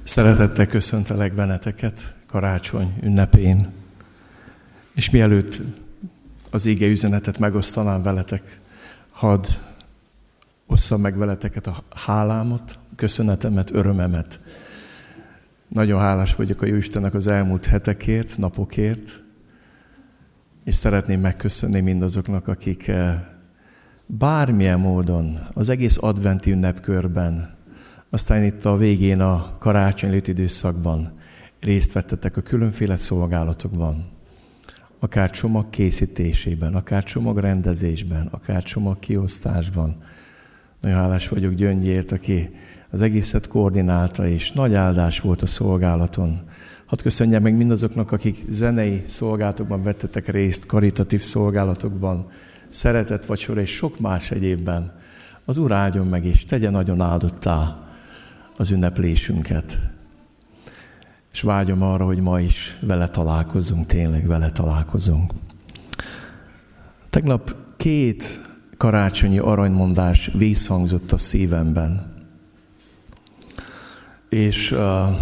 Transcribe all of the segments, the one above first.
Szeretettel köszöntelek benneteket karácsony ünnepén, és mielőtt az ige üzenetet megosztanám veletek, hadd osszam meg veleteket a hálámat, köszönetemet, örömemet. Nagyon hálás vagyok a Jóistennek az elmúlt hetekért, napokért, és szeretném megköszönni mindazoknak, akik bármilyen módon az egész adventi ünnepkörben, aztán itt a végén a karácsonyi időszakban részt vettetek a különféle szolgálatokban, akár csomag készítésében, akár csomag-rendezésben, akár csomag-kiosztásban. Nagyon hálás vagyok Gyöngyért, aki az egészet koordinálta, és nagy áldás volt a szolgálaton. Hadd köszönjem meg mindazoknak, akik zenei szolgálatokban vettetek részt, karitatív szolgálatokban, szeretett vacsora és sok más egyébben. Az Úr áldjon meg, és tegye nagyon áldottá az ünneplésünket. És vágyom arra, hogy ma is vele találkozunk, tényleg vele találkozunk. Tegnap 2 karácsonyi aranymondás visszhangzott a szívemben. És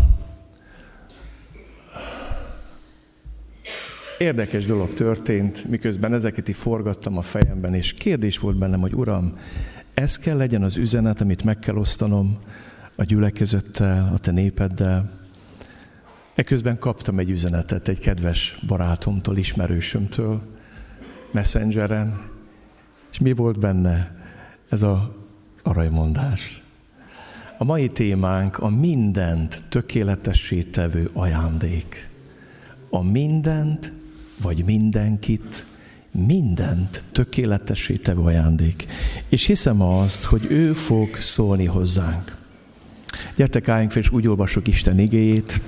érdekes dolog történt, miközben ezeket így forgattam a fejemben, és kérdés volt bennem, hogy Uram, ez kell legyen az üzenet, amit meg kell osztanom a gyülekezettel, a te népeddel. Eközben kaptam egy üzenetet egy kedves barátomtól, ismerősömtől, Messengeren, és mi volt benne? Ez az aranymondás. A mai témánk a mindent tökéletessé tevő ajándék. A mindent, vagy mindenkit, mindent tökéletessé tevő ajándék. És hiszem azt, hogy ő fog szólni hozzánk. Gyertek, álljunk fel, és úgy olvassuk Isten igéjét.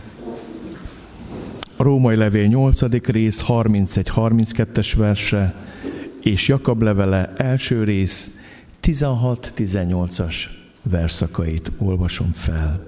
A Római levél 8. rész, 31-32-es verse, és Jakab levele első rész, 16-18-as verszakait olvasom fel.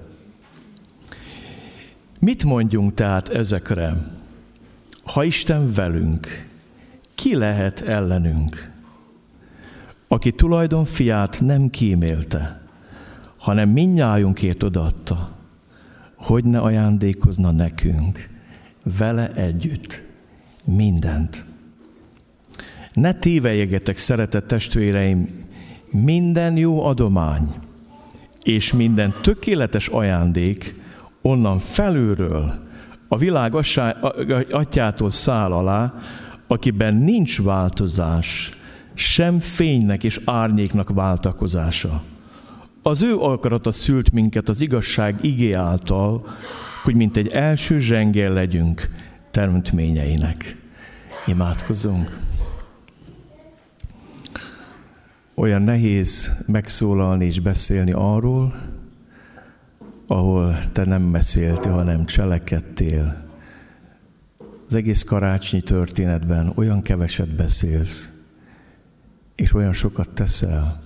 Mit mondjunk tehát ezekre? Ha Isten velünk, ki lehet ellenünk? Aki tulajdon fiát nem kímélte, hanem mindnyájunkért odaadta, hogy ne ajándékozna nekünk vele együtt mindent. Ne tévejegyetek, szeretett testvéreim, minden jó adomány és minden tökéletes ajándék onnan felülről, a világ atyától száll alá, akiben nincs változás, sem fénynek és árnyéknak váltakozása. Az ő akarata szült minket az igazság igé által, hogy mint egy első zsengél legyünk teremtményeinek. Imádkozzunk! Olyan nehéz megszólalni és beszélni arról, ahol te nem beszéltél, hanem cselekedtél. Az egész karácsonyi történetben olyan keveset beszélsz, és olyan sokat teszel.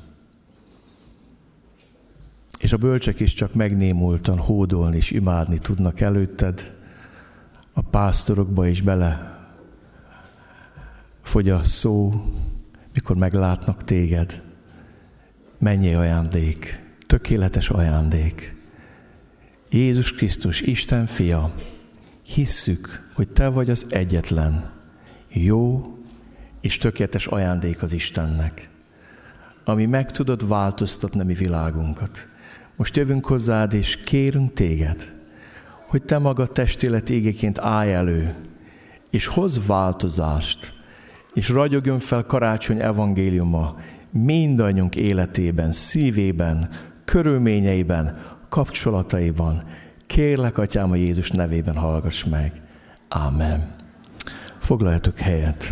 És a bölcsek is csak megnémultan hódolni és imádni tudnak előtted, a pásztorokba is bele fogy a szó, mikor meglátnak téged. Mennyi ajándék, tökéletes ajándék. Jézus Krisztus, Isten fia, hisszük, hogy te vagy az egyetlen, jó és tökéletes ajándék az Istennek, ami meg tudod változtatni a mi világunkat. Most jövünk hozzád, és kérünk téged, hogy te maga testélet égeként állj elő, és hozz változást, és ragyogjon fel karácsony evangéliuma mindannyiunk életében, szívében, körülményeiben, kapcsolataiban. Kérlek, Atyám, a Jézus nevében hallgass meg. Ámen. Foglaljatok helyet.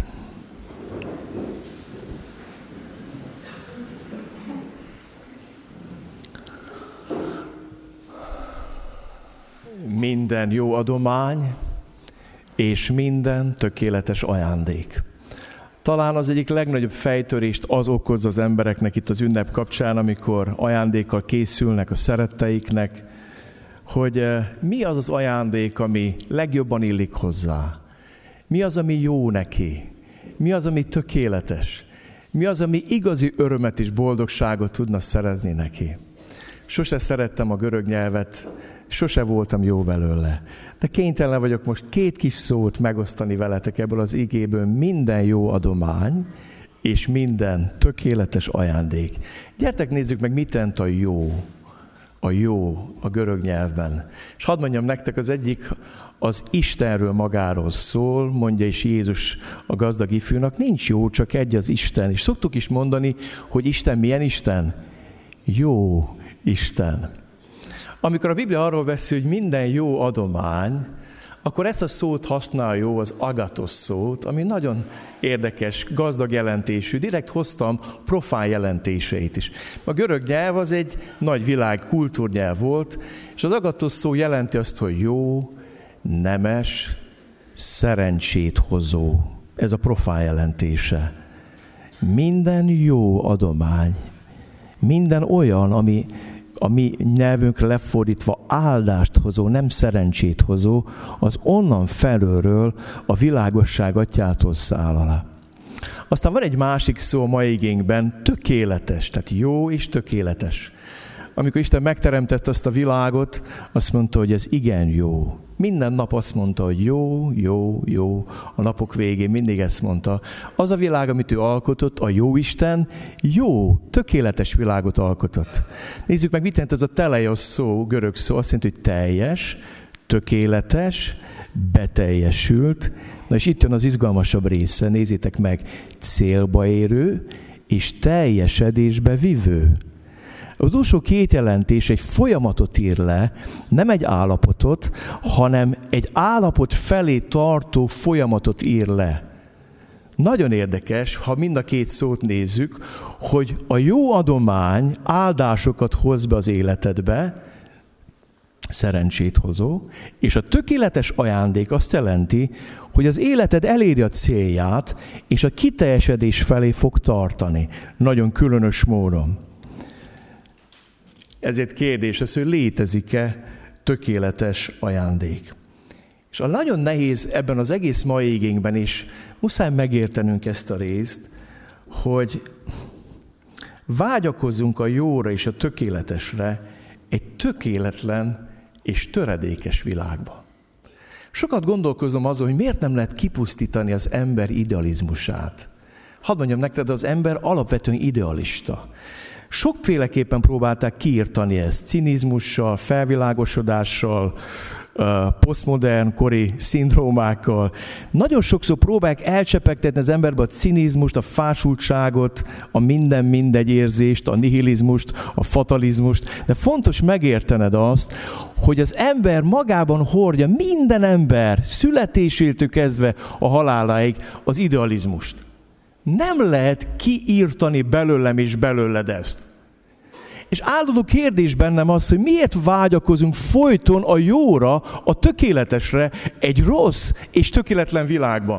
Minden jó adomány és minden tökéletes ajándék. Talán az egyik legnagyobb fejtörést az okoz az embereknek itt az ünnep kapcsán, amikor ajándékkal készülnek a szeretteiknek, hogy mi az az ajándék, ami legjobban illik hozzá. Mi az, ami jó neki? Mi az, ami tökéletes? Mi az, ami igazi örömet és boldogságot tudna szerezni neki? Sose szerettem a görög nyelvet, sose voltam jó belőle. De kénytelen vagyok most 2 kis szót megosztani veletek ebből az igéből. Minden jó adomány, és minden tökéletes ajándék. Gyertek, nézzük meg, mit jelent a jó. A jó a görög nyelvben. És hadd mondjam nektek, az egyik az Istenről magáról szól, mondja is Jézus a gazdag ifjúnak, nincs jó, csak egy az Isten. És szoktuk is mondani, hogy Isten milyen Isten? Jó Isten. Amikor a Biblia arról beszél, hogy minden jó adomány, akkor ezt a szót használja az agatos szót, ami nagyon érdekes, gazdag jelentésű. Direkt hoztam profán jelentéseit is. A görög nyelv az egy nagy világ, kultúrnyelv volt, és az agatos szó jelenti azt, hogy jó, nemes, szerencsét hozó. Ez a profán jelentése. Minden jó adomány, minden olyan, ami a mi nyelvünkre lefordítva áldást hozó, nem szerencsét hozó, az onnan felülről a világosság atyától száll alá. Aztán van egy másik szó a mai igénkben, tökéletes, tehát jó és tökéletes. Amikor Isten megteremtette azt a világot, azt mondta, hogy ez igen jó. Minden nap azt mondta, hogy jó, jó, jó. A napok végén mindig ezt mondta. Az a világ, amit ő alkotott, a jó Isten, jó, tökéletes világot alkotott. Nézzük meg, mit jelent ez a teleios szó, görög szó. Azt jelenti, hogy teljes, tökéletes, beteljesült. Na és itt jön az izgalmasabb része, nézzétek meg, célba érő és teljesedésbe vivő. Az utolsó 2 jelentés egy folyamatot ír le, nem egy állapotot, hanem egy állapot felé tartó folyamatot ír le. Nagyon érdekes, ha mind a 2 szót nézzük, hogy a jó adomány áldásokat hoz be az életedbe, szerencsét hozó, és a tökéletes ajándék azt jelenti, hogy az életed eléri a célját, és a kiteljesedés felé fog tartani. Nagyon különös módon. Ezért kérdés az, hogy létezik-e tökéletes ajándék. És a nagyon nehéz ebben az egész mai igénkben is, muszáj megértenünk ezt a részt, hogy vágyakozzunk a jóra és a tökéletesre egy tökéletlen és töredékes világban. Sokat gondolkozom azon, hogy miért nem lehet kipusztítani az ember idealizmusát. Hadd mondjam neked, az ember alapvetően idealista. Sokféleképpen próbálták kiirtani ezt, cinizmussal, felvilágosodással, posztmodern kori szindrómákkal. Nagyon sokszor próbálják elcsepegtetni az emberbe a cinizmust, a fásultságot, a minden mindegy érzést, a nihilizmust, a fatalizmust, de fontos megértened azt, hogy az ember magában hordja, minden ember születésétől kezdve a haláláig az idealizmust. Nem lehet kiírtani belőlem és belőled ezt. És állandó kérdés bennem az, hogy miért vágyakozunk folyton a jóra, a tökéletesre egy rossz és tökéletlen világban.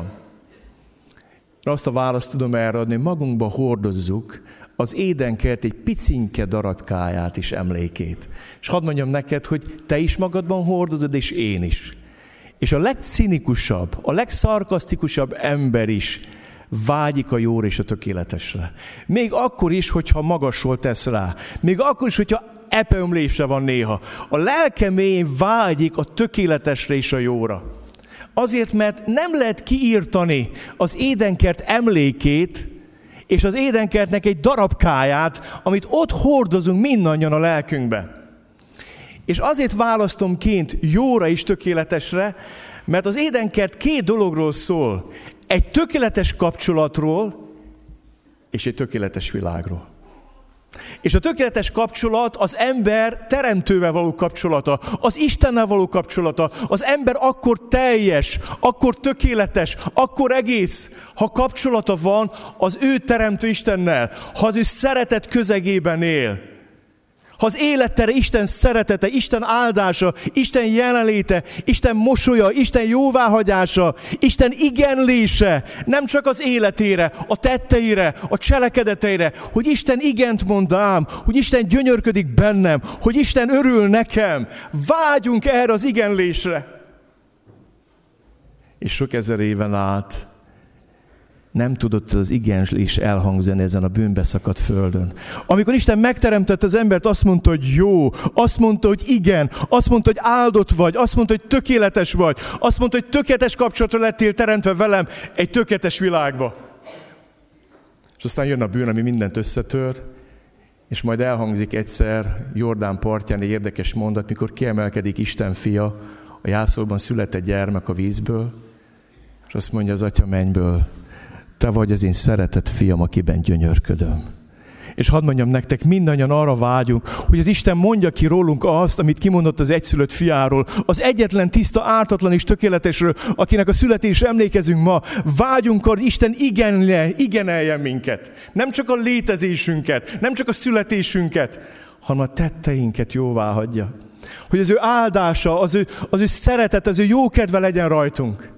Azt a választ tudom erre adni, magunkba hordozzuk az édenkert egy picinke darabkáját és emlékét. És hadd mondjam neked, hogy te is magadban hordozod, és én is. És a legcinikusabb, a legszarkasztikusabb ember is vágyik a jóra és a tökéletesre. Még akkor is, hogyha magasról tesz rá. Még akkor is, hogyha epeömlésre van néha. A lelke mélyén vágyik a tökéletesre és a jóra. Azért, mert nem lehet kiírtani az édenkert emlékét, és az édenkertnek egy darabkáját, amit ott hordozunk mindannyian a lelkünkbe. És azért választom ként jóra és tökéletesre, mert az édenkert 2 dologról szól. Egy tökéletes kapcsolatról, és egy tökéletes világról. És a tökéletes kapcsolat az ember teremtővel való kapcsolata, az Istennel való kapcsolata. Az ember akkor teljes, akkor tökéletes, akkor egész, ha kapcsolata van az ő teremtő Istennel, ha az ő szeretet közegében él. Ha az élettere Isten szeretete, Isten áldása, Isten jelenléte, Isten mosolya, Isten jóváhagyása, Isten igenlése, nem csak az életére, a tetteire, a cselekedeteire, hogy Isten igent mond rám, hogy Isten gyönyörködik bennem, hogy Isten örül nekem. Vágyunk erre az igenlésre. És sok ezer éven át nem tudott az igenslés elhangzani ezen a bűnbeszakadt földön. Amikor Isten megteremtette az embert, azt mondta, hogy jó, azt mondta, hogy igen, azt mondta, hogy áldott vagy, azt mondta, hogy tökéletes vagy, azt mondta, hogy tökéletes kapcsolatra lettél teremtve velem egy tökéletes világba. És aztán jön a bűn, ami mindent összetör, és majd elhangzik egyszer Jordán partján egy érdekes mondat, mikor kiemelkedik Isten fia, a jászolban született gyermek a vízből, és azt mondja az Atya mennyből, te vagy az én szeretett fiam, akiben gyönyörködöm. És hadd mondjam nektek, mindannyian arra vágyunk, hogy az Isten mondja ki rólunk azt, amit kimondott az egyszülött fiáról, az egyetlen tiszta, ártatlan és tökéletesről, akinek a születésre emlékezünk ma. Vágyunk arra, hogy Isten igeneljen minket. Nem csak a létezésünket, nem csak a születésünket, hanem a tetteinket jóvá hagyja. Hogy az ő áldása, az ő szeretet, az ő jó kedve legyen rajtunk.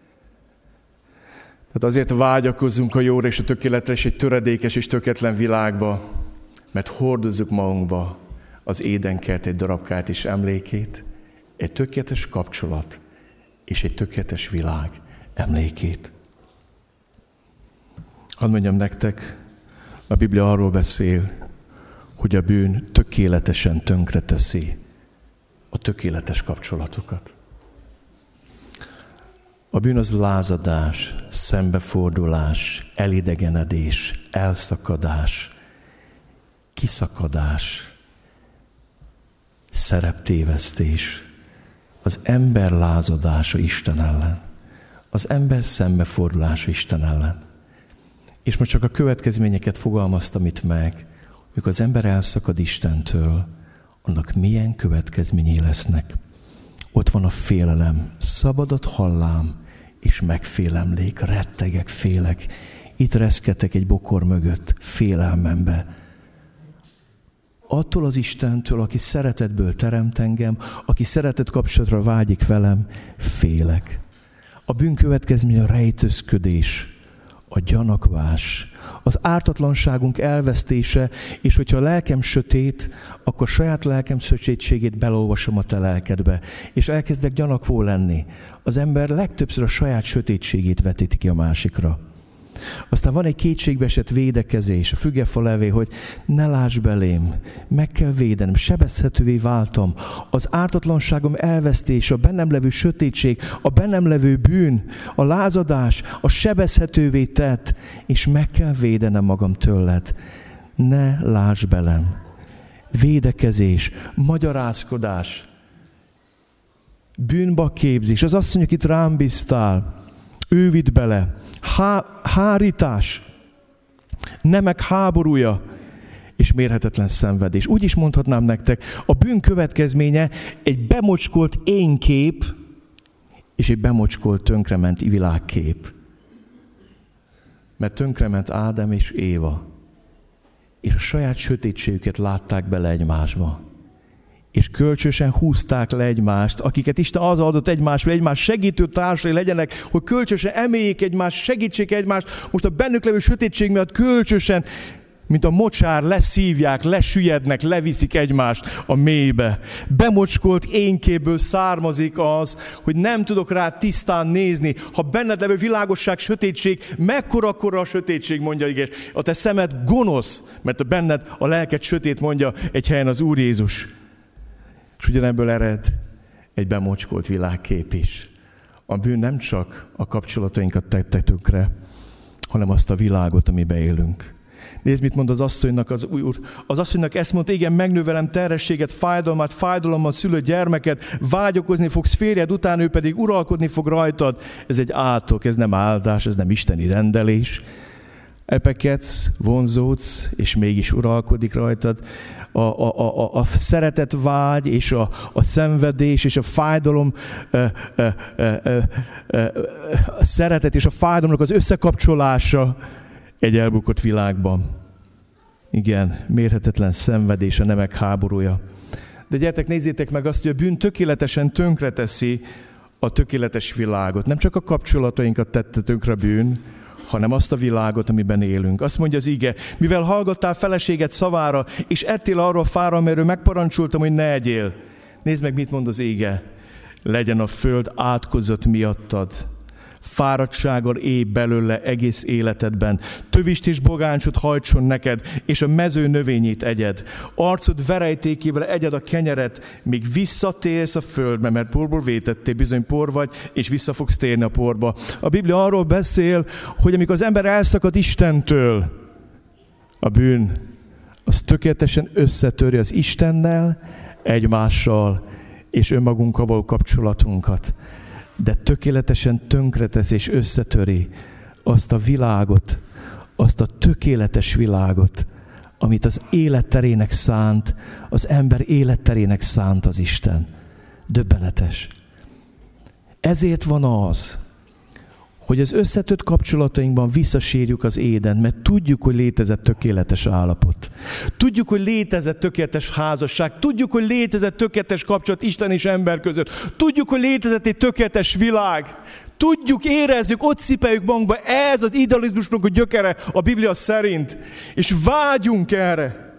Tehát azért vágyakozzunk a jóra és a tökéletre és egy töredékes és tökéletlen világba, mert hordozzuk magunkba az Édenkert egy darabkát és emlékét, egy tökéletes kapcsolat és egy tökéletes világ emlékét. Hadd mondjam nektek, a Biblia arról beszél, hogy a bűn tökéletesen tönkreteszi a tökéletes kapcsolatokat. A bűn az lázadás, szembefordulás, elidegenedés, elszakadás, kiszakadás, szereptévesztés, az ember lázadása Isten ellen, az ember szembefordulása Isten ellen. És most csak a következményeket fogalmaztam itt meg, mikor az ember elszakad Istentől, annak milyen következményei lesznek. Ott van a félelem, szabadat hallám, és megfélemlék, rettegek, félek. Itt reszketek egy bokor mögött, félelmembe. Attól az Istentől, aki szeretetből teremt engem, aki szeretet kapcsolatra vágyik velem, félek. A bűn következménye a rejtőzködés, a gyanakvás, az ártatlanságunk elvesztése, és hogyha a lelkem sötét, akkor saját lelkem sötétségét belolvasom a te lelkedbe, és elkezdek gyanakvó lenni. Az ember legtöbbször a saját sötétségét vetíti ki a másikra. Aztán van egy kétségbeesett védekezés, a fügefa levé, hogy ne láss belém, meg kell védenem, sebezhetővé váltam. Az ártatlanságom elvesztése, a bennem levő sötétség, a bennem levő bűn, a lázadás, a sebezhetővé tett, és meg kell védenem magam tőled. Ne láss belem. Védekezés, magyarázkodás, bűnbakképzés, az asszony, akit rám bíztál, ő vitt bele. Hárítás, nemek háborúja és mérhetetlen szenvedés. Úgy is mondhatnám nektek, a bűn következménye egy bemocskolt énkép és egy bemocskolt tönkrement világkép. Mert tönkrement Ádám és Éva, és a saját sötétségüket látták bele egymásba. És kölcsönösen húzták le egymást, akiket Isten az adott egymásra, egymás segítő társai legyenek, hogy kölcsönösen emeljék egymást, segítsék egymást. Most a bennük levő sötétség miatt kölcsönösen, mint a mocsár, leszívják, lesüllyednek, leviszik egymást a mélybe. Bemocskolt énkéből származik az, hogy nem tudok rá tisztán nézni. Ha benned levő világosság, sötétség, mekkora a sötétség, mondja igaz. A te szemed gonosz, mert a benned a lelked sötét, mondja egy helyen az Úr Jézus. És ugyanebből ered egy bemocskolt világkép is. A bűn nem csak a kapcsolatainkat tette tönkre, hanem azt a világot, amiben élünk. Nézd, mit mond az asszonynak az Úr. Az asszonynak ezt mondta, igen, megnövelem terhességet, fájdalmát, fájdalommal szülött gyermeket, vágyakozni fogsz férjed után, ő pedig uralkodni fog rajtad. Ez egy átok, ez nem áldás, ez nem isteni rendelés. Epekedsz, vonzódsz, és mégis uralkodik rajtad. A szeretet vágy, és a szenvedés, és a fájdalom, a szeretet és a fájdalomnak az összekapcsolása egy elbukott világban. Igen, mérhetetlen szenvedés, a nemek háborúja. De gyertek, nézzétek meg azt, hogy a bűn tökéletesen tönkreteszi a tökéletes világot. Nem csak a kapcsolatainkat tette tönkre a bűn, hanem azt a világot, amiben élünk. Azt mondja az ige, mivel hallgattál feleséged szavára, és ettél arról a fára, amelyről megparancsoltam, hogy ne egyél. Nézd meg, mit mond az ige. Legyen a föld átkozott miattad. Fáradtsággal élj belőle egész életedben. Tövist és bogáncsot hajtson neked, és a mező növényét egyed. Arcod verejtékével egyed a kenyeret, míg visszatérsz a földbe, mert porból vétettél, bizony por vagy, és vissza fogsz térni a porba. A Biblia arról beszél, hogy amikor az ember elszakad Istentől, a bűn, az tökéletesen összetöri az Istennel, egymással és önmagunkkal való kapcsolatunkat. De tökéletesen tönkretesz és összetöri azt a világot, azt a tökéletes világot, amit az életterének szánt, az ember életterének szánt az Isten. Döbbenetes. Ezért van az, hogy az összetört kapcsolatainkban visszasírjuk az Édent, mert tudjuk, hogy létezett tökéletes állapot. Tudjuk, hogy létezett tökéletes házasság. Tudjuk, hogy létezett tökéletes kapcsolat Isten és ember között. Tudjuk, hogy létezett egy tökéletes világ. Tudjuk, érezzük, ott szipeljük magunkba. Ez az idealizmusnak a gyökere a Biblia szerint. És vágyunk erre.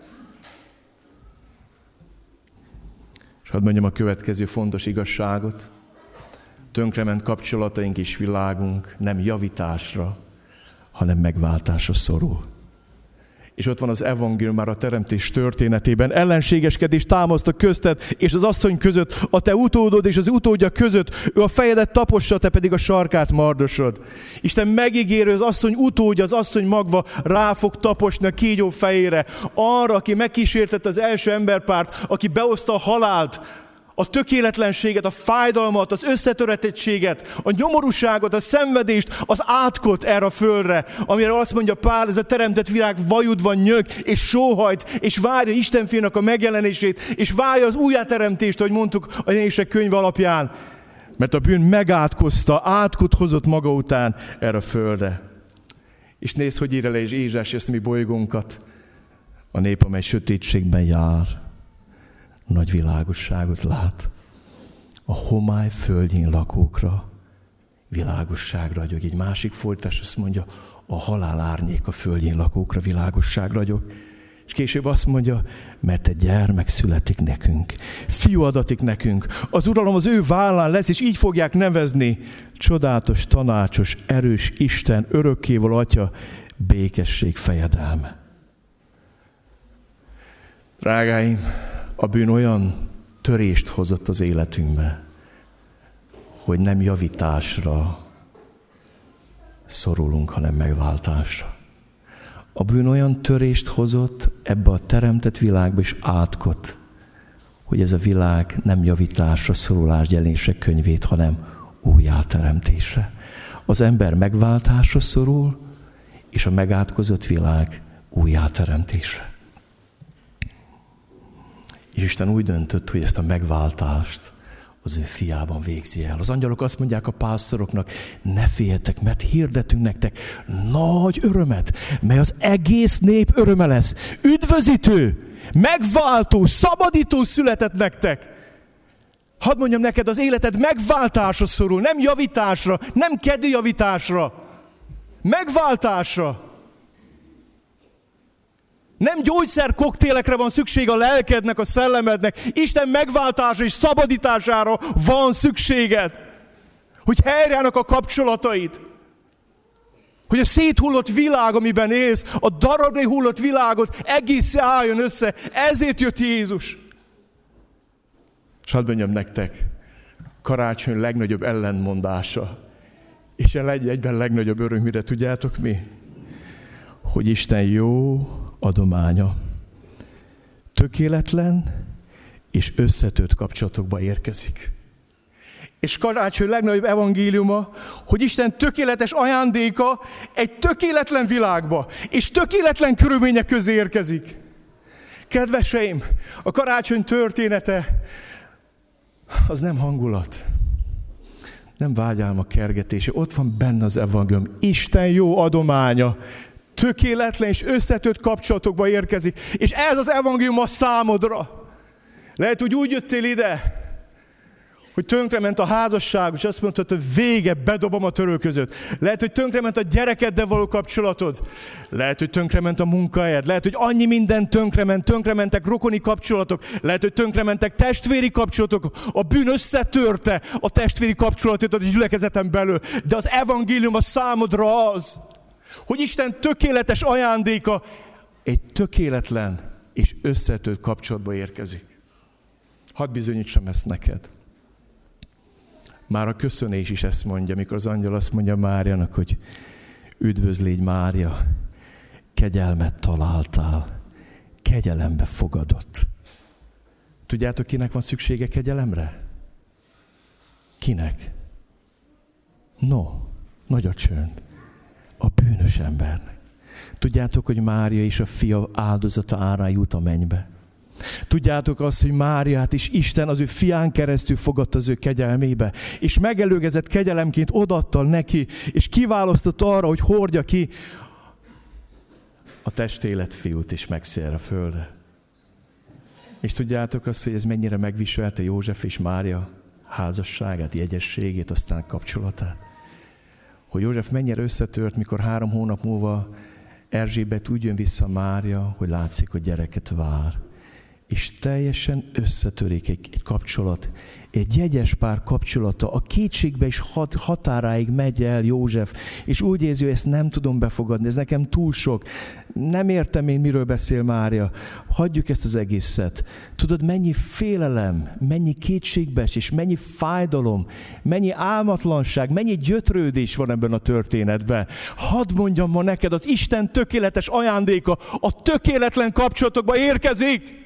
És hadd mondjam a következő fontos igazságot. Tönkrement kapcsolataink és világunk nem javításra, hanem megváltásra szorul. És ott van az evangélium már a teremtés történetében. Ellenségeskedés támasztott közted és az asszony között, a te utódod és az utódja között. Ő a fejedet tapossa, te pedig a sarkát mardosod. Isten megígérő, az asszony utódja, az asszony magva rá fog taposni a kígyó fejére. Arra, aki megkísértette az első emberpárt, aki behozta a halált, a tökéletlenséget, a fájdalmat, az összetöretettséget, a nyomorúságot, a szenvedést, az átkot erre a földre, amire azt mondja Pál, ez a teremtett világ vajudva nyög, és sóhajt, és várja Isten fiának a megjelenését, és várja az újjáteremtést, ahogy mondtuk a Jelenések könyve alapján. Mert a bűn megátkozta, átkot hozott maga után erre a földre. És nézd, hogy írja le és Ézsás ezt a mi bolygónkat. A nép, amely sötétségben jár, nagy világosságot lát. A homály földjén lakókra világosság ragyog. Egy másik fordítás azt mondja, a halál árnyék a földjén lakókra világosság ragyog. És később azt mondja, mert egy gyermek születik nekünk. Fiú adatik nekünk. Az uralom az ő vállán lesz, és így fogják nevezni. Csodálatos, tanácsos, erős Isten, örökkévaló Atya, békesség fejedelme. Drágáim, a bűn olyan törést hozott az életünkbe, hogy nem javításra szorulunk, hanem megváltásra. A bűn olyan törést hozott ebbe a teremtett világba is átkot, hogy ez a világ nem javításra szorulás Jelenések könyvét, hanem újjáteremtésre. Az ember megváltásra szorul, és a megátkozott világ újjáteremtésre. És Isten úgy döntött, hogy ezt a megváltást az ő fiában végzi el. Az angyalok azt mondják a pásztoroknak, ne féljetek, mert hirdetünk nektek nagy örömet, mely az egész nép öröme lesz. Üdvözítő, megváltó, szabadító született nektek. Hadd mondjam neked, az életed megváltásra szorul, nem javításra, nem kedélyavításra, megváltásra. Nem gyógyszerkoktélekre van szükség a lelkednek, a szellemednek. Isten megváltása és szabadítására van szükséged. Hogy helyreállnak a kapcsolataid. Hogy a széthullott világ, amiben élsz, a darabra hullott világot egész álljon össze. Ezért jött Jézus. És hadd mondjam nektek, karácsony legnagyobb ellentmondása, és egyben legnagyobb öröm, mire tudjátok mi? Hogy Isten jó adománya tökéletlen és összetört kapcsolatokba érkezik. És karácsony legnagyobb evangéliuma, hogy Isten tökéletes ajándéka egy tökéletlen világba és tökéletlen körülmények közé érkezik. Kedveseim, a karácsony története az nem hangulat, nem vágyálmak kergetése, ott van benne az evangélium. Isten jó adománya, tökéletlen és összetört kapcsolatokba érkezik. És ez az evangélium a számodra. Lehet, hogy úgy jöttél ide, hogy tönkrement a házasság, és azt mondtad, hogy vége, bedobom a törölközőt. Lehet, hogy tönkrement a gyerekeddel való kapcsolatod. Lehet, hogy tönkrement a munkahelyed. Lehet, hogy annyi minden tönkrementek rokoni kapcsolatok. Lehet, hogy tönkrementek testvéri kapcsolatok. A bűn összetörte a testvéri kapcsolatot a gyülekezeten belül. De az evangélium a számodra az, hogy Isten tökéletes ajándéka egy tökéletlen és összetört kapcsolatba érkezik. Hadd bizonyítsam ezt neked. Már a köszönés is ezt mondja, amikor az angyal azt mondja Máriának, hogy üdvözlégy Mária, kegyelmet találtál, kegyelembe fogadott. Tudjátok, kinek van szüksége kegyelemre? Kinek? No, nagy a csönd. A bűnös embernek. Tudjátok, hogy Mária és a fia áldozata árán jut a mennybe. Tudjátok azt, hogy Máriát is Isten az ő fián keresztül fogadta az ő kegyelmébe, és megelőgezett kegyelemként odaadta neki, és kiválasztott arra, hogy hordja ki a testélet fiút, és megszél a földre. És tudjátok azt, hogy ez mennyire megviselte József és Mária házasságát, jegyességét, aztán kapcsolatát. Hogy József mennyire összetört, mikor 3 hónap múlva Erzsébet úgy jön vissza Mária, hogy látszik, hogy gyereket vár. És teljesen összetörik egy kapcsolat, egy jegyes pár kapcsolata, a kétségbe is határáig megy el József, és úgy érzi, hogy ezt nem tudom befogadni, ez nekem túl sok, nem értem én, miről beszél Mária, hagyjuk ezt az egészet. Tudod, mennyi félelem, mennyi kétségbeesés, mennyi fájdalom, mennyi álmatlanság, mennyi gyötrődés van ebben a történetben. Hadd mondjam ma neked, az Isten tökéletes ajándéka a tökéletlen kapcsolatokba érkezik.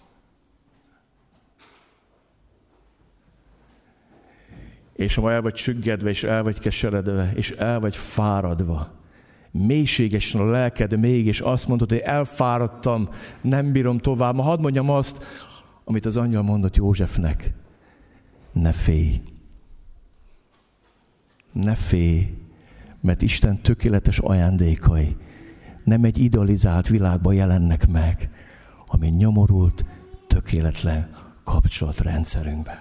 És ha ma el vagy csüggedve, és el vagy keseredve, és el vagy fáradva, mélységesen a lelked még, és azt mondod, hogy elfáradtam, nem bírom tovább. Ma hadd mondjam azt, amit az angyal mondott Józsefnek. Ne félj. Ne félj, mert Isten tökéletes ajándékai nem egy idealizált világban jelennek meg, ami nyomorult, tökéletlen kapcsolatrendszerünkben.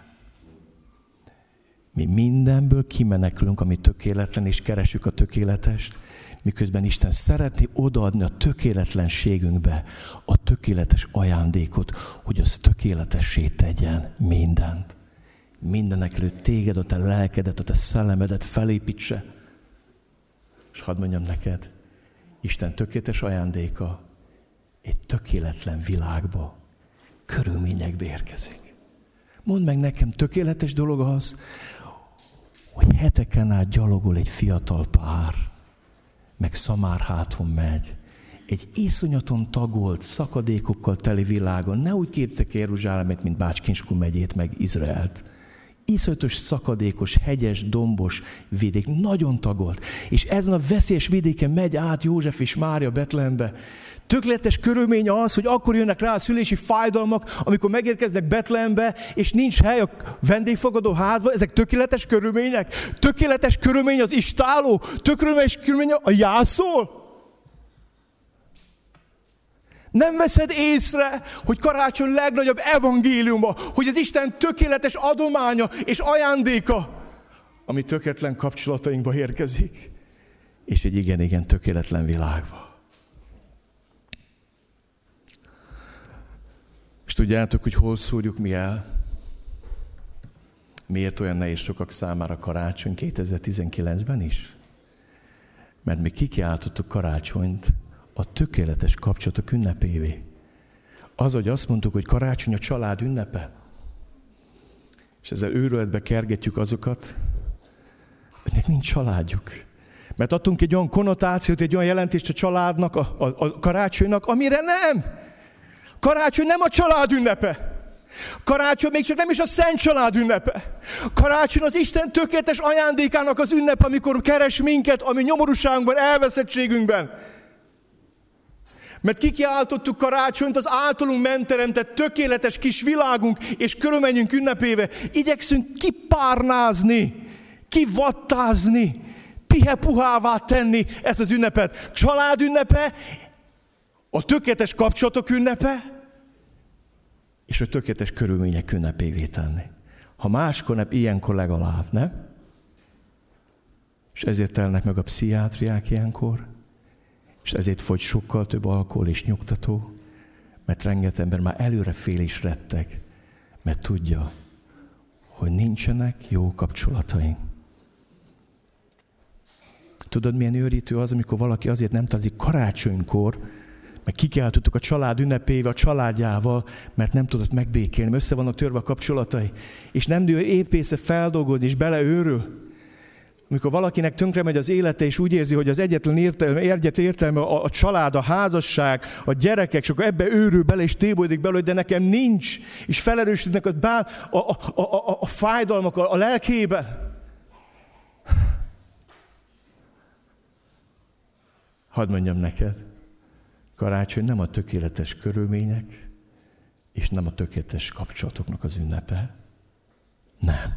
Mi mindenből kimenekülünk, ami tökéletlen, és keresjük a tökéletest, miközben Isten szeretné odaadni a tökéletlenségünkbe a tökéletes ajándékot, hogy az tökéletessé tegyen mindent. Mindenek előtt téged, a te lelkedet, a te szellemedet felépítse. És hadd mondjam neked, Isten tökéletes ajándéka egy tökéletlen világba, körülményekbe érkezik. Mondd meg nekem, tökéletes dolog az, hogy heteken át gyalogol egy fiatal pár, meg Szamárháton megy, egy iszonyaton tagolt, szakadékokkal teli világon, ne úgy képzeljétek Jeruzsálemet, mint Bács-Kinskun megyét, meg Izraelt. Iszonyatos, szakadékos, hegyes, dombos vidék, nagyon tagolt. És ezen a veszélyes vidéken megy át József és Mária Betlehembe. Tökéletes körülmény az, hogy akkor jönnek rá a szülési fájdalmak, amikor megérkeznek Betlehembe, és nincs hely a vendégfogadó házban. Ezek tökéletes körülmények. Tökéletes körülmény az istálló. Tökéletes körülmény a jászol. Nem veszed észre, hogy karácsony legnagyobb evangéliuma, hogy az Isten tökéletes adománya és ajándéka, ami tökéletlen kapcsolatainkba érkezik, és egy igen tökéletlen világba. És tudjátok, hogy hol szúrjuk mi el? Miért olyan nehéz sokak számára karácsony 2019-ben is? Mert mi kikiáltottuk karácsonyt a tökéletes kapcsolatok ünnepévé. Az, hogy azt mondtuk, hogy karácsony a család ünnepe, és ezzel őrületbe kergetjük azokat, hogy nincs családjuk. Mert adtunk egy olyan konnotációt, egy olyan jelentést a családnak, a karácsonynak, amire nem. Karácsony nem a család ünnepe. Karácsony még csak nem is a szent család ünnepe. Karácsony az Isten tökéletes ajándékának az ünnep, amikor keres minket, ami nyomorúságunkban, elveszettségünkben. Mert kikiáltottuk karácsonyt az általunk megteremtett tökéletes kis világunk és körülményünk ünnepébe. Igyekszünk kipárnázni, kivattázni, pihepuhává tenni ezt az ünnepet. Család ünnepe, a tökéletes kapcsolatok ünnepe, és a tökéletes körülmények ünnepévé tenni. Ha máskor nem, ilyenkor legalább, nem? És ezért telnek meg a pszichiátriák ilyenkor, és ezért fogy sokkal több alkohol és nyugtató, mert rengeteg ember már előre fél és retteg, mert tudja, hogy nincsenek jó kapcsolataink. Tudod, milyen őrítő az, amikor valaki azért nem találkozik karácsonykor, meg kikeltük a család ünnepével, a családjával, mert nem tudott megbékélni, mert össze vannak törve a kapcsolatai, és nem tud épp észre feldolgozni, és beleőrül. Amikor valakinek tönkre megy az élete, és úgy érzi, hogy az egyetlen értelme a család, a házasság, a gyerekek, és akkor ebbe őrül bele, és tébolyodik bele, hogy de nekem nincs, és felerősödnek a fájdalmak a lelkében. Hadd mondjam neked, karácsony nem a tökéletes körülmények, és nem a tökéletes kapcsolatoknak az ünnepe. Nem.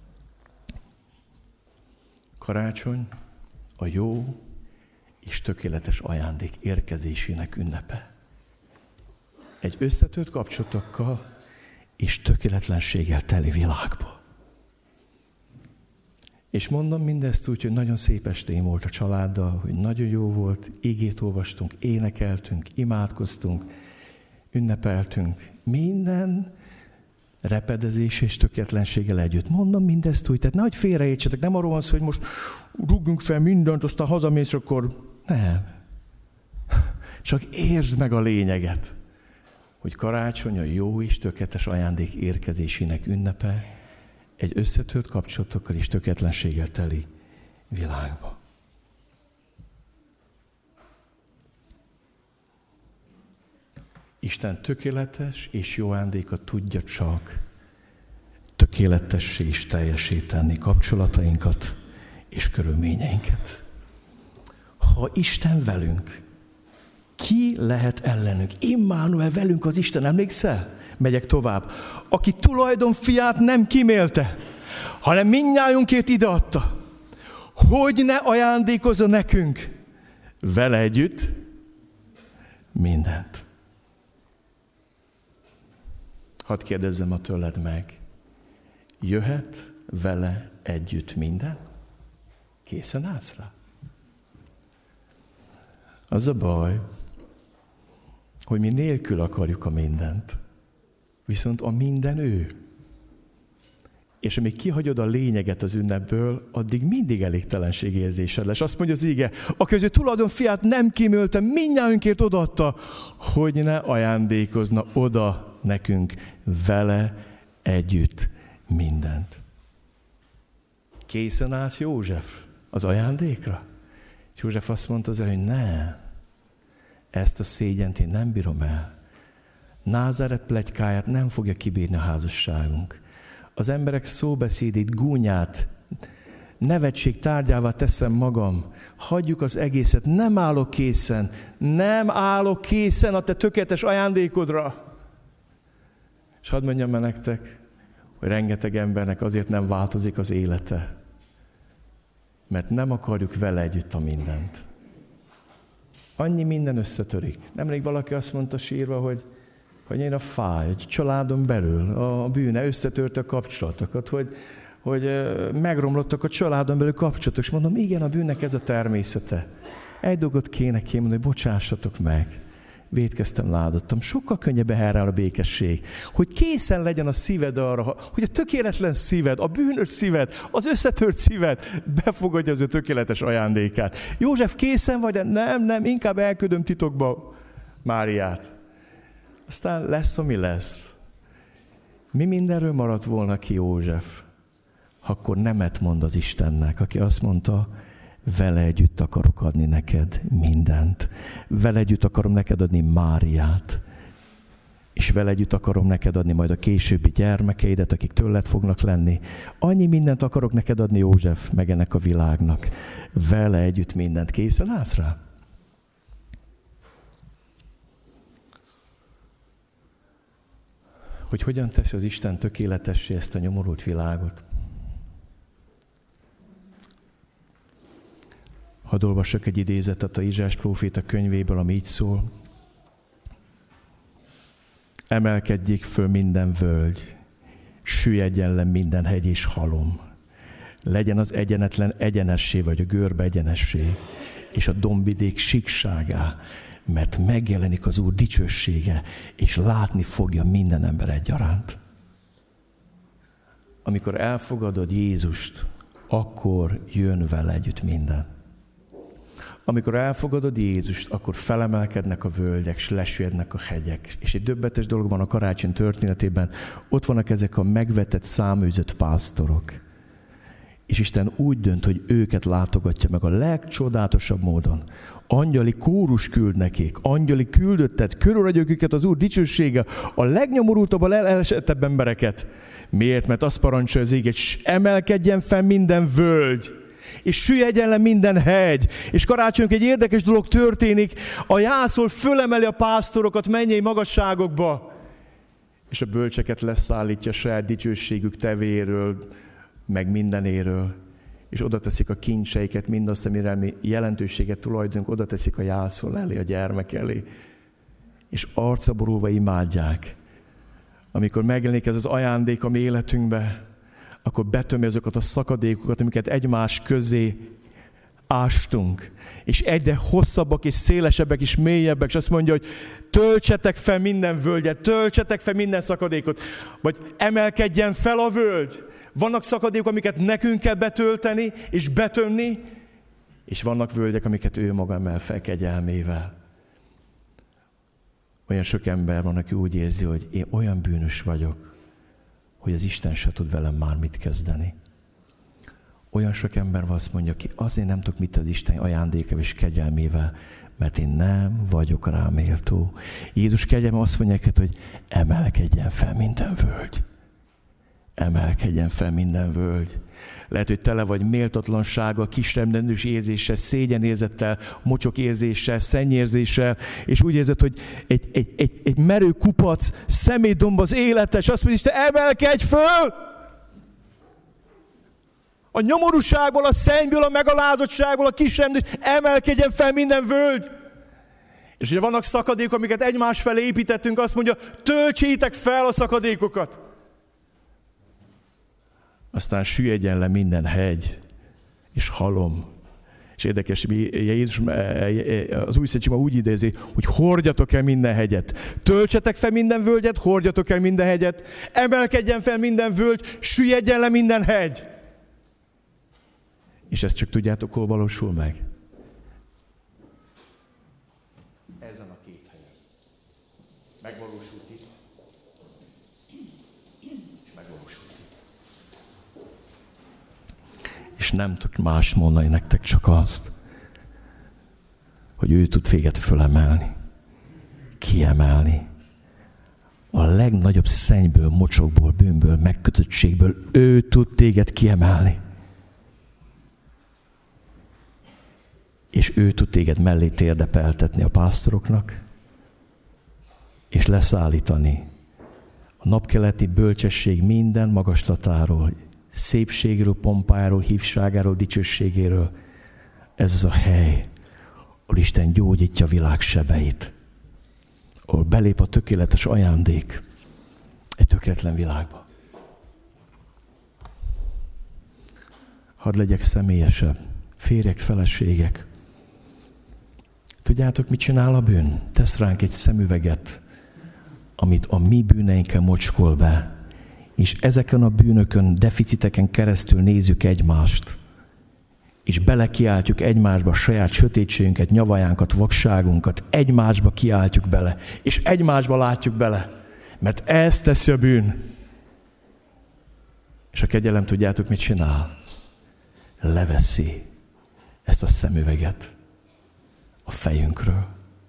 Karácsony a jó és tökéletes ajándék érkezésének ünnepe. Egy összetört kapcsolatokkal és tökéletlenséggel teli világba. És mondom mindezt úgy, hogy nagyon szép estén volt a családdal, hogy nagyon jó volt, igét olvastunk, énekeltünk, imádkoztunk, ünnepeltünk. Minden repedezés és tökéletlenséggel együtt. Mondom mindezt úgy, tehát nehogy félreértsetek, nem arról van szó, hogy most rúgjunk fel mindent, aztán hazamész, akkor nem. Csak értsd meg a lényeget, hogy karácsony a jó és tökéletes ajándék érkezésének ünnepe egy összetört kapcsolatokkal és tökéletlenséggel teli világba. Isten tökéletes és jó ajándéka tudja csak tökéletessé és teljessé tenni kapcsolatainkat és körülményeinket. Ha Isten velünk, ki lehet ellenünk? Immanuel velünk az Isten, emlékszel? Megyek tovább. Aki tulajdonfiát nem kímélte, hanem mindnyájunkért ideadta, hogy ne ajándékozza nekünk vele együtt mindent. Hadd kérdezzem a tőled meg, jöhet vele együtt minden? Készen állsz rá? Az a baj, hogy mi nélkül akarjuk a mindent. Viszont a minden ő. És amíg kihagyod a lényeget az ünnepből, addig mindig elégtelenség érzésed lesz. Azt mondja az íge, aki az ő tulajdonfiát nem kímélte, mindnyájunkért odaadta, hogy ne ajándékozna oda nekünk vele együtt mindent. Készen állsz, József, az ajándékra? József azt mondta az hogy nem, ezt a szégyent én nem bírom el. Názáret pletykáját nem fogja kibírni a házasságunk. Az emberek szóbeszédét, gúnyát, nevetség tárgyává teszem magam. Hagyjuk az egészet, nem állok készen a te tökéletes ajándékodra. És hadd mondjam meg nektek, hogy rengeteg embernek azért nem változik az élete, mert nem akarjuk vele együtt a mindent. Annyi minden összetörik. Nemrég valaki azt mondta sírva, hogy én a fáj, hogy családon belül a bűne összetörte a kapcsolatokat, hogy megromlottak a családon belül kapcsolatok. És mondom, igen, a bűnnek ez a természete. Egy dolgot kéne mondani, hogy bocsássatok meg. Vétkeztem, ládottam. Sokkal könnyebb helyreáll a békesség. Hogy készen legyen a szíved arra, hogy a tökéletlen szíved, a bűnös szíved, az összetört szíved befogadja az ő tökéletes ajándékát. József, készen vagy? De nem, inkább elküldöm titokba Máriát. Aztán lesz, ami lesz. Mi mindenről maradt volna ki József, ha akkor nemet mond az Istennek, aki azt mondta, vele együtt akarok adni neked mindent. Vele együtt akarom neked adni Máriát. És vele együtt akarom neked adni majd a későbbi gyermekeidet, akik tőled fognak lenni. Annyi mindent akarok neked adni, József, meg ennek a világnak. Vele együtt mindent. Készen állsz rá? Hogy hogyan teszi az Isten tökéletessé ezt a nyomorult világot. Hadd olvassak egy idézetet a Izsás próféta könyvéből, ami így szól. Emelkedjék föl minden völgy, Süllyedjen le minden hegy és halom. Legyen az egyenetlen egyenessé, vagy a görbe egyenessé, és a dombvidék síkságá, mert megjelenik az Úr dicsősége, és látni fogja minden ember egyaránt. Amikor elfogadod Jézust, akkor jön vele együtt minden. Amikor elfogadod Jézust, akkor felemelkednek a völgyek, és lesüllyednek a hegyek. És egy döbbenetes dolog van a karácsony történetében, ott vannak ezek a megvetett, száműzött pásztorok. És Isten úgy dönt, hogy őket látogatja meg a legcsodálatosabb módon. Angyali kórus küld nekik, angyali küldöttet, körülragyog őket az Úr dicsősége, a legnyomorultabb, a legelesettebb embereket. Miért? Mert azt parancsolja az ige, hogy emelkedjen fel minden völgy, és süllyedjen le minden hegy. És karácsonykor egy érdekes dolog történik, a jászol fölemeli a pásztorokat mennyei magasságokba, és a bölcseket leszállítja saját dicsőségük tevéről, meg mindenéről, és oda teszik a kincseiket, mindazt, amire mi jelentőséget tulajdonunk, oda teszik a jászol elé, a gyermek elé, és arcaborulva imádják. Amikor megjelenik ez az ajándék a mi életünkbe, akkor betömi azokat a szakadékokat, amiket egymás közé ástunk, és egyre hosszabbak és szélesebbek és mélyebbek, és azt mondja, hogy töltsetek fel minden völgyet, töltsetek fel minden szakadékot, vagy emelkedjen fel a völgy. Vannak szakadékok, amiket nekünk kell betölteni és betömni, és vannak völgyek, amiket ő maga emel fel kegyelmével. Olyan sok ember van, aki úgy érzi, hogy én olyan bűnös vagyok, hogy az Isten se tud velem már mit kezdeni. Olyan sok ember van, azt mondja, aki azért nem tudok mit az Isten ajándéka és kegyelmével, mert én nem vagyok rá méltó. Jézus kegyelme azt mondja neked, hogy emelkedjen fel minden völgy. Emelkedjen fel minden völgy. Lehet, hogy tele vagy méltatlansággal, kisrendendős érzéssel, szégyenérzettel, mocsok érzéssel, szennyérzéssel, és úgy érzed, hogy egy merő kupac, szemétdomb az életed, és azt mondja, Isten, emelkedj föl! A nyomorúságból, a szennyből, a megalázottságból, a kisrendős, emelkedjen fel minden völgy! És ugye vannak szakadékok, amiket egymás felé építettünk, azt mondja, töltsétek fel a szakadékokat! Aztán süllyedjen le minden hegy és halom. És érdekes, Jézus az Új Szövetségben úgy idézi, hogy hordjatok el minden hegyet. Töltsetek fel minden völgyet, hordjatok el minden hegyet. Emelkedjen fel minden völgy, süllyedjen le minden hegy. És ezt csak tudjátok, hol valósul meg? Ezen a két helyen. Megvalósult itt. És nem tudok más mondani nektek, csak azt, hogy ő tud téged fölemelni, kiemelni. A legnagyobb szennyből, mocsokból, bűnből, megkötöttségből ő tud téged kiemelni. És ő tud téged mellé térdepeltetni a pásztoroknak, és leszállítani a napkeleti bölcsesség minden magaslatáról, szépségéről, pompájáról, hívságáról, dicsőségéről. Ez az a hely, ahol Isten gyógyítja a világ sebeit, ahol belép a tökéletes ajándék egy tökéletlen világba. Hadd legyek személyesebb. Férjek, feleségek. Tudjátok, mit csinál a bűn? Tesz ránk egy szemüveget, amit a mi bűneinkkel mocskol be, és ezeken a bűnökön, deficiteken keresztül nézzük egymást, és belekiáltjuk egymásba a saját sötétségünket, nyavajánkat, vakságunkat, egymásba kiáltjuk bele, és egymásba látjuk bele, mert ezt teszi a bűn. És a kegyelem, tudjátok, mit csinál? Leveszi ezt a szemüveget a fejünkről.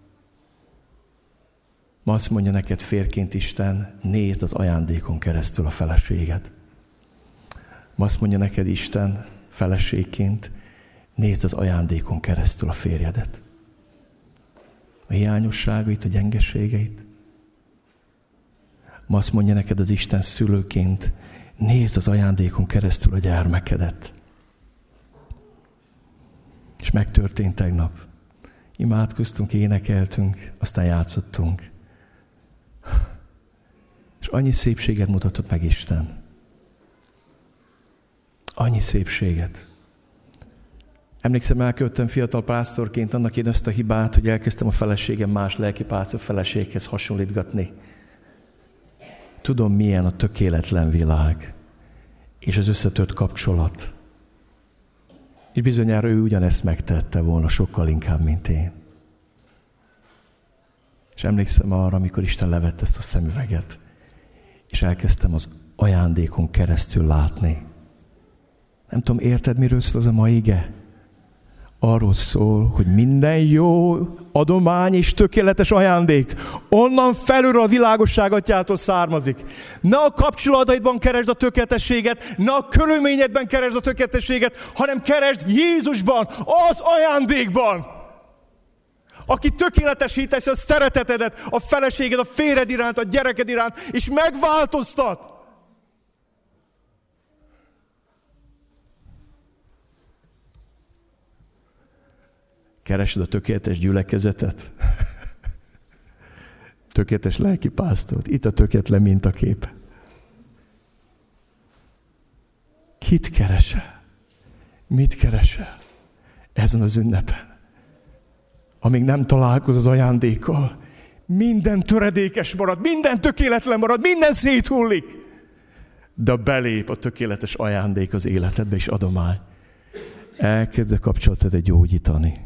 Ma azt mondja neked férként Isten, nézd az ajándékon keresztül a feleséged. Ma azt mondja neked Isten feleségként, nézd az ajándékon keresztül a férjedet. A hiányosságait, a gyengeségeit. Ma azt mondja neked az Isten szülőként, nézd az ajándékon keresztül a gyermekedet. És megtörtént tegnap. Imádkoztunk, énekeltünk, aztán játszottunk. És annyi szépséget mutatott meg Isten. Annyi szépséget. Emlékszem, elkövettem fiatal pásztorként annak én ezt a hibát, hogy elkezdtem a feleségem más lelkipásztor feleséghez hasonlítgatni. Tudom, milyen a tökéletlen világ, és az összetört kapcsolat. És bizonyára ő ugyanezt megtette volna sokkal inkább, mint én. És emlékszem arra, amikor Isten levett ezt a szemüveget, és elkezdtem az ajándékon keresztül látni. Nem tudom, érted, miről szól az a mai ige? Arról szól, hogy minden jó adomány és tökéletes ajándék onnan felül a világosság atyától származik. Ne a kapcsolataidban keresd a tökéletességet, ne a körülményedben keresd a tökéletességet, hanem keresd Jézusban, az ajándékban. Aki tökéletesítesz a szeretetedet, a feleséged, a férjed iránt, a gyereked iránt, és megváltoztat. Keresed a tökéletes gyülekezetet? Tökéletes lelkipásztort. Itt a tökéletlen mintakép. Kit keresel? Mit keresel ezen az ünnepen? Amíg nem találkoz az ajándékkal, minden töredékes marad, minden tökéletlen marad, minden széthullik. De belép a tökéletes ajándék az életedbe és adomány. Elkezd a kapcsolatodat gyógyítani.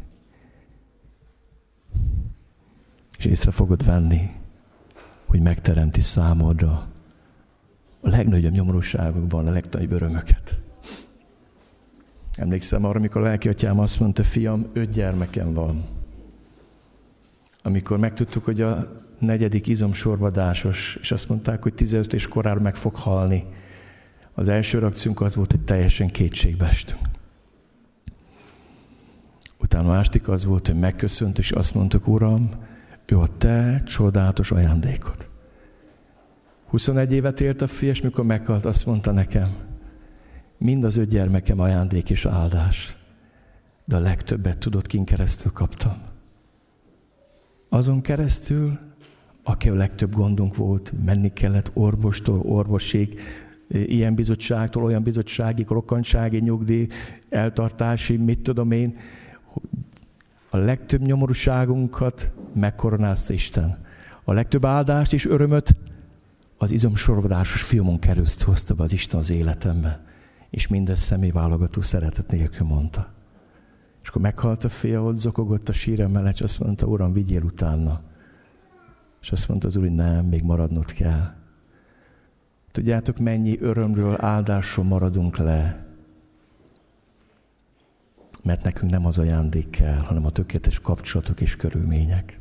És észre fogod venni, hogy megteremti számodra a legnagyobb nyomorúságokban a legnagyobb örömöket. Emlékszem arra, amikor a lelkiatyám azt mondta, fiam, 5 gyermekem van. Amikor megtudtuk, hogy a 4. izomsorvadásos, és azt mondták, hogy 15 és korára meg fog halni, az első reakciónk az volt, hogy teljesen kétségbe estünk. Utána a másik az volt, hogy megköszönt, és azt mondtuk, Uram, ő a te csodálatos ajándékod. 21 évet élt a fia, és mikor meghalt, azt mondta nekem, mind az 5 gyermekem ajándék és áldás, de a legtöbbet tudod, kin keresztül kaptam. Azon keresztül, aki a legtöbb gondunk volt, menni kellett orvostól, orvosig, ilyen bizottságtól, olyan bizottságig, rokkantsági, nyugdíj, eltartási, mit tudom én, a legtöbb nyomorúságunkat megkoronázta Isten. A legtöbb áldást és örömöt az izomsorvadásos fiamon keresztül hozta be az Isten az életembe. És mindez személyválogató szeretet nélkül mondta. És akkor meghalt a fia, ott zokogott a síre mellett, és azt mondta, Uram, vigyél utána. És azt mondta az Úr, hogy nem, még maradnod kell. Tudjátok, mennyi örömről, áldásról maradunk le? Mert nekünk nem az ajándék kell, hanem a tökéletes kapcsolatok és körülmények.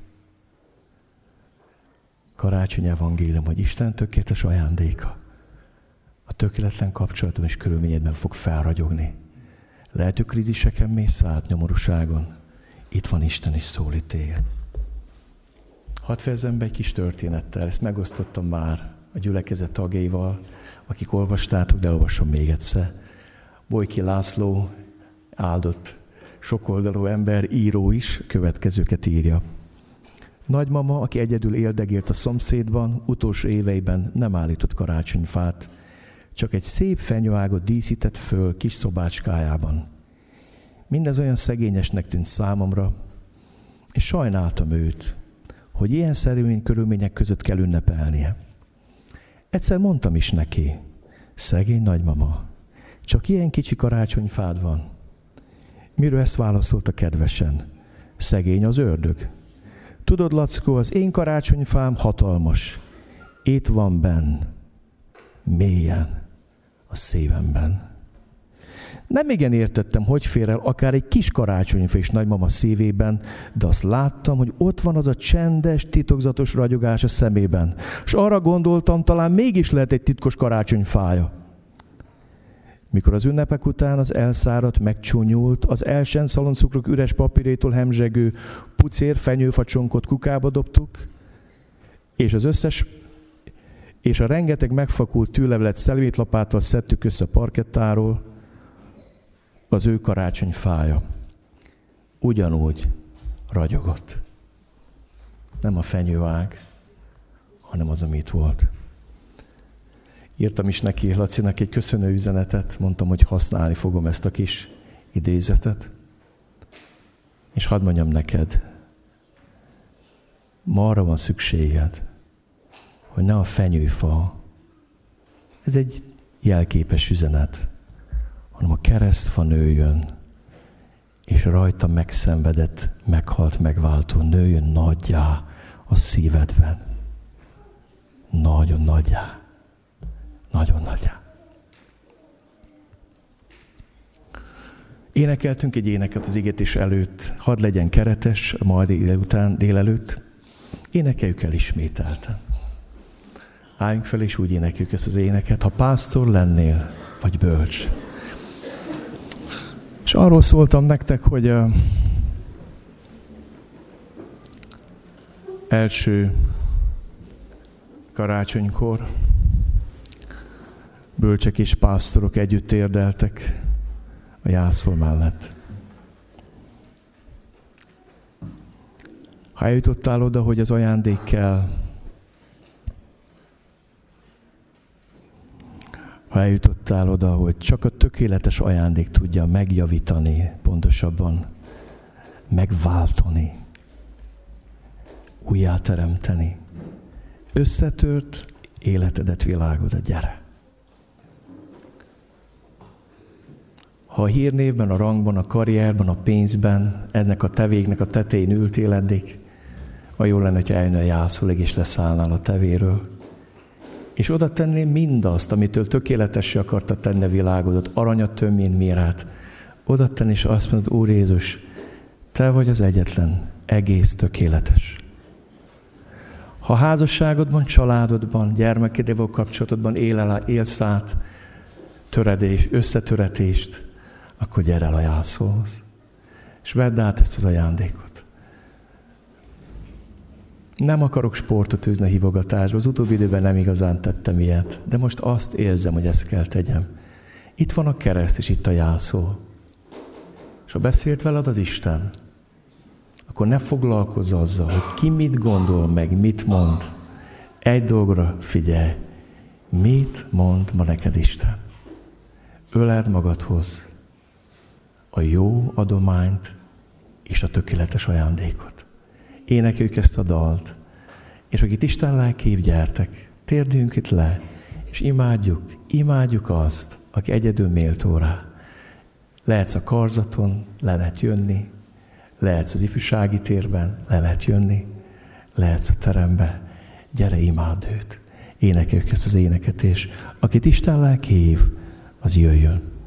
Karácsony evangélium, hogy Isten tökéletes ajándéka. A tökéletlen kapcsolatom és körülményedben fog felragyogni. Lehet, hogy kríziseken mész át, nyomorúságon. Itt van Isten, és szólít téged. Hadd fejezzem be egy kis történettel, ezt megosztottam már a gyülekezet tagjaival, akik olvastátok, de olvasom még egyszer. Bojki László, áldott, sokoldalú ember, író is, következőket írja. Nagymama, aki egyedül éldegélt a szomszédban, utolsó éveiben nem állított karácsonyfát, csak egy szép fenyőágot díszített föl kis szobácskájában. Mindez olyan szegényesnek tűnt számomra, és sajnáltam őt, hogy ilyen szerűny körülmények között kell ünnepelnie. Egyszer mondtam is neki, szegény nagymama, csak ilyen kicsi karácsonyfád van. Miről ezt válaszolta kedvesen? Szegény az ördög. Tudod, Lackó, az én karácsonyfám hatalmas. Itt van benn, mélyen, a szívemben. Nem igen értettem, hogy fér el akár egy kis karácsonyfa is nagymama szívében, de azt láttam, hogy ott van az a csendes, titokzatos ragyogás a szemében. És arra gondoltam, talán mégis lehet egy titkos karácsonyfája. Mikor az ünnepek után az elszáradt, megcsúnyult, az elsent szaloncukrok üres papírétól hemzsegő pucér fenyőfacsonkot kukába dobtuk, és a rengeteg megfakult tűlevelet szemétlapáttal szedtük össze a parkettáról, az ő karácsonyfája ugyanúgy ragyogott. Nem a fenyőág, hanem az, ami itt volt. Írtam is neki, Lacinak egy köszönő üzenetet, mondtam, hogy használni fogom ezt a kis idézetet. És hadd mondjam neked, ma arra van szükséged, hogy ne a fenyőfa, ez egy jelképes üzenet, hanem a keresztfa nőjön, és rajta megszenvedett, meghalt, megváltó nőjön nagyjá a szívedben. Nagyon nagyjá. Nagyon nagyjá. Énekeltünk egy éneket az igetés előtt, hadd legyen keretes, majd délelőtt. Énekeljük el ismételten. Álljunk fel, és úgy énekeljük ezt az éneket. Ha pásztor lennél, vagy bölcs. És arról szóltam nektek, hogy első karácsonykor bölcsek és pásztorok együtt térdeltek a jászol mellett. Ha eljutottál oda, hogy az ajándék kell, ha eljutottál oda, hogy csak a tökéletes ajándék tudja megjavítani, pontosabban megváltani, újjáteremteni, összetört életedet, világodat, gyere! Ha a hírnévben, a rangban, a karrierben, a pénzben, ennek a tevéknek a tetején ültél eddig, a jó lenne, hogy eljönne a jászólig, és leszállnál a tevéről. És oda tennél mindazt, amitől tökéletessé akartad tenni a világodat, aranyat, tömény, mérát. Oda tenni, és azt mondod, Úr Jézus, Te vagy az egyetlen, egész tökéletes. Ha házasságodban, családodban, gyermekédével való kapcsolatodban élsz át töredés, összetöretést, akkor gyere el a jászóhoz, és vedd át ezt az ajándékot. Nem akarok sportot űzni a hívogatásba, az utóbbi időben nem igazán tettem ilyet, de most azt érzem, hogy ezt kell tegyem. Itt van a kereszt, és itt a jászó. És ha beszélt veled az Isten, akkor ne foglalkozz azzal, hogy ki mit gondol meg, mit mond. Egy dolgra figyelj, mit mond ma neked Isten. Öleld magadhoz a jó adományt és a tökéletes ajándékot. Énekeljük ezt a dalt, és akit Isten lelkév, gyertek, térdüljünk itt le, és imádjuk azt, aki egyedül méltó rá. Lehetsz a karzaton, le lehet jönni, lehetsz az ifjúsági térben, le lehet jönni, lehetsz a terembe, gyere, imádd őt. Énekeljük ezt az éneket, és akit Isten lelkév, az jöjjön.